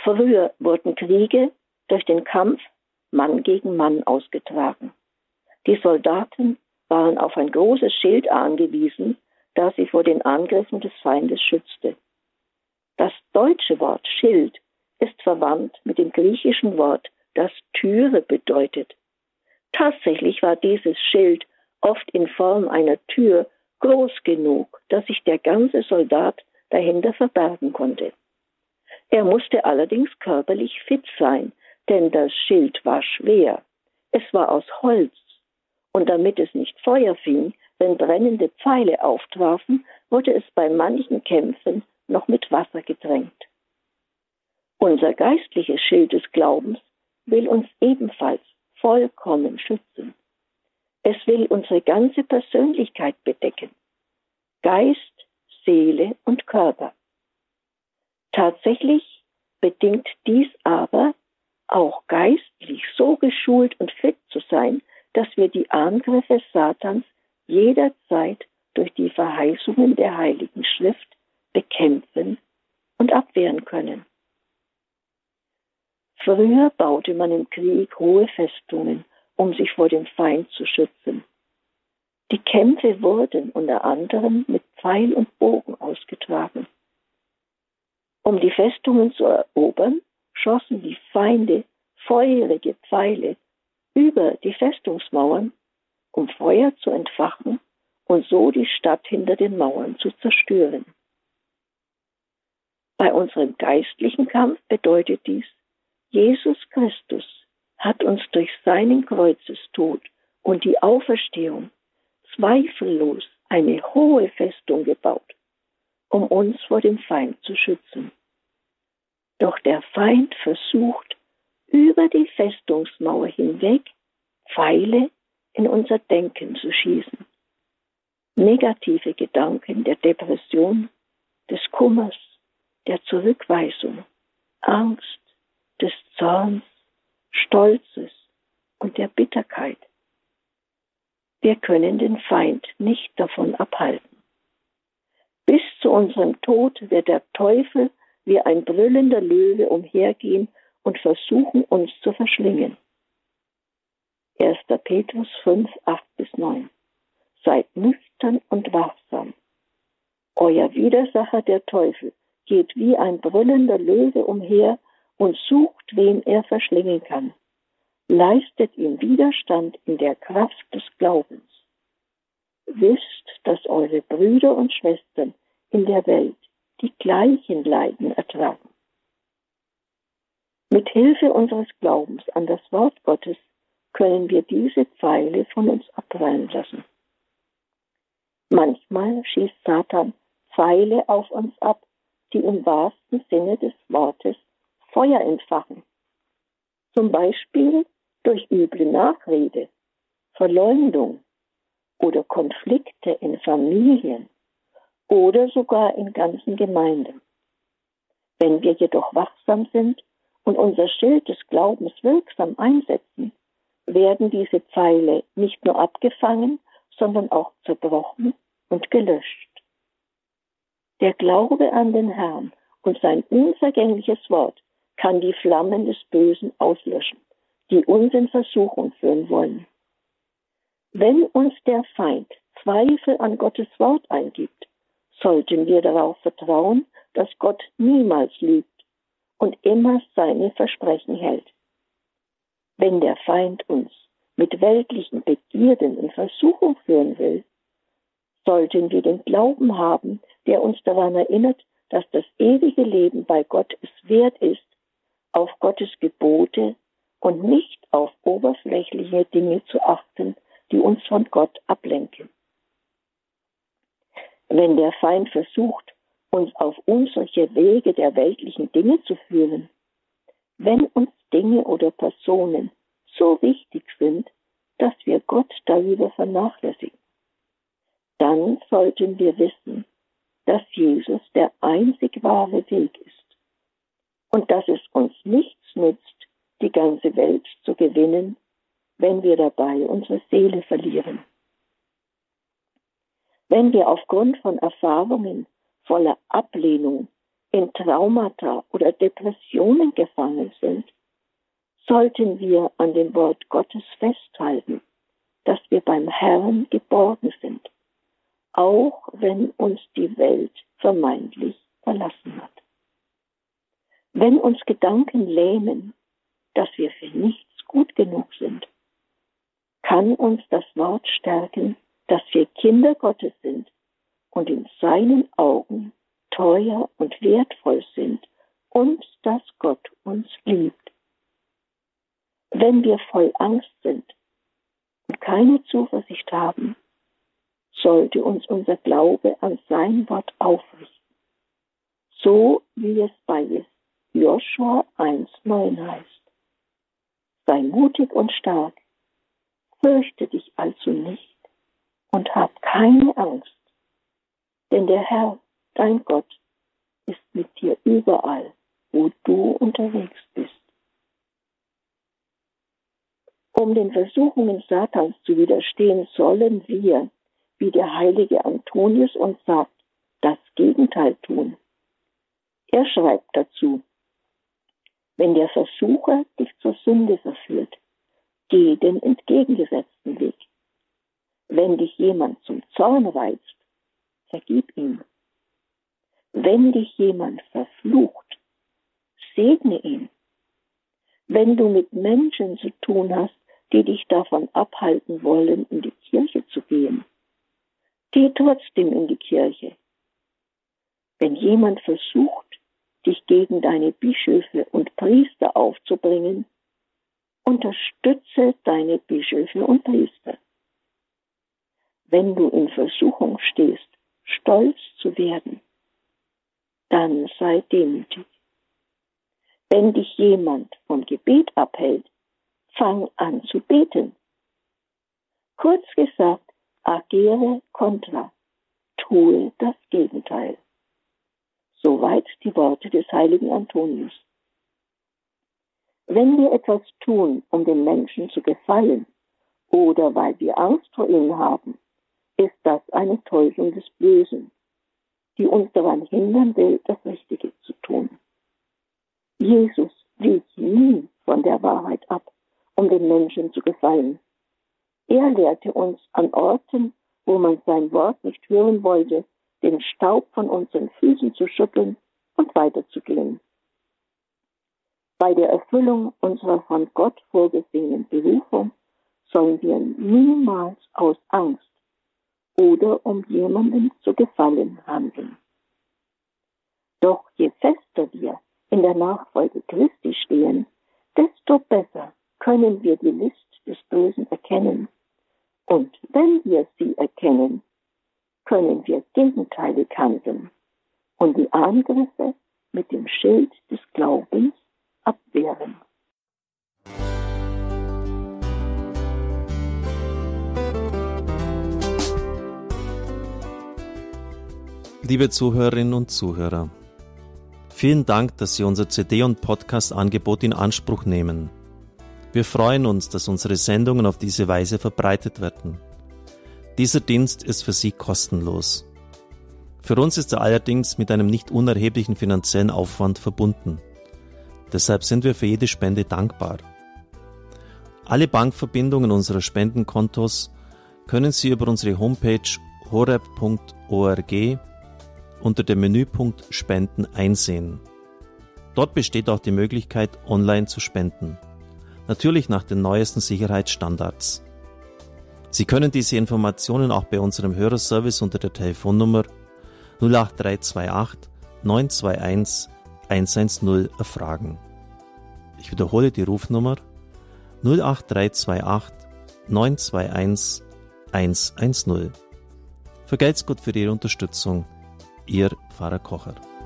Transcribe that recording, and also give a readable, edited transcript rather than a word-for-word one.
Früher wurden Kriege durch den Kampf Mann gegen Mann ausgetragen. Die Soldaten waren auf ein großes Schild angewiesen, das sie vor den Angriffen des Feindes schützte. Das deutsche Wort Schild ist verwandt mit dem griechischen Wort, das Türe bedeutet. Tatsächlich war dieses Schild oft in Form einer Tür groß genug, dass sich der ganze Soldat dahinter verbergen konnte. Er musste allerdings körperlich fit sein, denn das Schild war schwer. Es war aus Holz. Und damit es nicht Feuer fing, wenn brennende Pfeile auftrafen, wurde es bei manchen Kämpfen noch mit Wasser getränkt. Unser geistliches Schild des Glaubens will uns ebenfalls vollkommen schützen. Es will unsere ganze Persönlichkeit bedecken. Geist, Seele und Körper. Tatsächlich bedingt dies aber, auch geistlich so geschult und fit zu sein, dass wir die Angriffe Satans jederzeit durch die Verheißungen der Heiligen Schrift bekämpfen und abwehren können. Früher baute man im Krieg hohe Festungen, um sich vor dem Feind zu schützen. Die Kämpfe wurden unter anderem mit Pfeil und Bogen ausgetragen. Um die Festungen zu erobern, schossen die Feinde feurige Pfeile über die Festungsmauern, um Feuer zu entfachen und so die Stadt hinter den Mauern zu zerstören. Bei unserem geistlichen Kampf bedeutet dies, Jesus Christus hat uns durch seinen Kreuzestod und die Auferstehung zweifellos eine hohe Festung gebaut, um uns vor dem Feind zu schützen. Doch der Feind versucht, über die Festungsmauer hinweg Pfeile in unser Denken zu schießen. Negative Gedanken der Depression, des Kummers, der Zurückweisung, Angst, des Zorns, Stolzes und der Bitterkeit. Wir können den Feind nicht davon abhalten. Bis zu unserem Tod wird der Teufel wie ein brüllender Löwe umhergehen und versuchen, uns zu verschlingen. 1. Petrus 5, 8-9. Seid nüchtern und wachsam. Euer Widersacher, der Teufel, geht wie ein brüllender Löwe umher und sucht, wen er verschlingen kann. Leistet ihm Widerstand in der Kraft des Glaubens. Wisst, dass eure Brüder und Schwestern in der Welt die gleichen Leiden ertragen. Mit Hilfe unseres Glaubens an das Wort Gottes können wir diese Pfeile von uns abprallen lassen. Manchmal schießt Satan Pfeile auf uns ab, die im wahrsten Sinne des Wortes Feuer entfachen. Zum Beispiel durch üble Nachrede, Verleumdung oder Konflikte in Familien oder sogar in ganzen Gemeinden. Wenn wir jedoch wachsam sind und unser Schild des Glaubens wirksam einsetzen, werden diese Pfeile nicht nur abgefangen, sondern auch zerbrochen und gelöscht. Der Glaube an den Herrn und sein unvergängliches Wort kann die Flammen des Bösen auslöschen, die uns in Versuchung führen wollen. Wenn uns der Feind Zweifel an Gottes Wort eingibt, sollten wir darauf vertrauen, dass Gott niemals lügt und immer seine Versprechen hält. Wenn der Feind uns mit weltlichen Begierden in Versuchung führen will, sollten wir den Glauben haben, der uns daran erinnert, dass das ewige Leben bei Gott es wert ist, auf Gottes Gebote und nicht auf oberflächliche Dinge zu achten, die uns von Gott ablenken. Wenn der Feind versucht, uns auf unsolche Wege der weltlichen Dinge zu führen, wenn uns Dinge oder Personen so wichtig sind, dass wir Gott darüber vernachlässigen, dann sollten wir wissen, dass Jesus der einzig wahre Weg ist und dass es uns nichts nützt, die ganze Welt zu gewinnen, wenn wir dabei unsere Seele verlieren. Wenn wir aufgrund von Erfahrungen voller Ablehnung in Traumata oder Depressionen gefangen sind, sollten wir an dem Wort Gottes festhalten, dass wir beim Herrn geborgen sind, auch wenn uns die Welt vermeintlich verlassen hat. Wenn uns Gedanken lähmen, dass wir für nichts gut genug sind, kann uns das Wort stärken, dass wir Kinder Gottes sind und in seinen Augen teuer und wertvoll sind und dass Gott uns liebt. Wenn wir voll Angst sind und keine Zuversicht haben, sollte uns unser Glaube an sein Wort aufrichten, so wie es bei Joshua 1,9 heißt. Sei mutig und stark, fürchte dich also nicht und hab keine Angst, denn der Herr, dein Gott, ist mit dir überall, wo du unterwegs bist. Um den Versuchungen Satans zu widerstehen, sollen wir, wie der heilige Antonius uns sagt, das Gegenteil tun. Er schreibt dazu: Wenn der Versucher dich zur Sünde verführt, geh den entgegengesetzten Weg. Wenn dich jemand zum Zorn reizt, vergib ihm. Wenn dich jemand verflucht, segne ihn. Wenn du mit Menschen zu tun hast, die dich davon abhalten wollen, in die Kirche zu gehen, geh trotzdem in die Kirche. Wenn jemand versucht, dich gegen deine Bischöfe und Priester aufzubringen, unterstütze deine Bischöfe und Priester. Wenn du in Versuchung stehst, stolz zu werden, dann sei demütig. Wenn dich jemand vom Gebet abhält, fang an zu beten. Kurz gesagt, agere contra, tue das Gegenteil. Soweit die Worte des heiligen Antonius. Wenn wir etwas tun, um den Menschen zu gefallen oder weil wir Angst vor ihnen haben, ist das eine Täuschung des Bösen, die uns daran hindern will, das Richtige zu tun. Jesus wich nie von der Wahrheit ab, um den Menschen zu gefallen. Er lehrte uns an Orten, wo man sein Wort nicht hören wollte, den Staub von unseren Füßen zu schütteln und weiterzugehen. Bei der Erfüllung unserer von Gott vorgesehenen Berufung sollen wir niemals aus Angst oder um jemandem zu gefallen handeln. Doch je fester wir in der Nachfolge Christi stehen, desto besser können wir die List des Bösen erkennen. Und wenn wir sie erkennen, können wir gegenteilig handeln und die Angriffe mit dem Schild des Glaubens abwehren. Liebe Zuhörerinnen und Zuhörer, vielen Dank, dass Sie unser CD- und Podcast-Angebot in Anspruch nehmen. Wir freuen uns, dass unsere Sendungen auf diese Weise verbreitet werden. Dieser Dienst ist für Sie kostenlos. Für uns ist er allerdings mit einem nicht unerheblichen finanziellen Aufwand verbunden. Deshalb sind wir für jede Spende dankbar. Alle Bankverbindungen unserer Spendenkontos können Sie über unsere Homepage horeb.org unter dem Menüpunkt Spenden einsehen. Dort besteht auch die Möglichkeit, online zu spenden. Natürlich nach den neuesten Sicherheitsstandards. Sie können diese Informationen auch bei unserem Hörerservice unter der Telefonnummer 08328 921 110 erfragen. Ich wiederhole die Rufnummer 08328 921 110. Vergelt's Gott für Ihre Unterstützung. Ihr Pfarrer Kocher.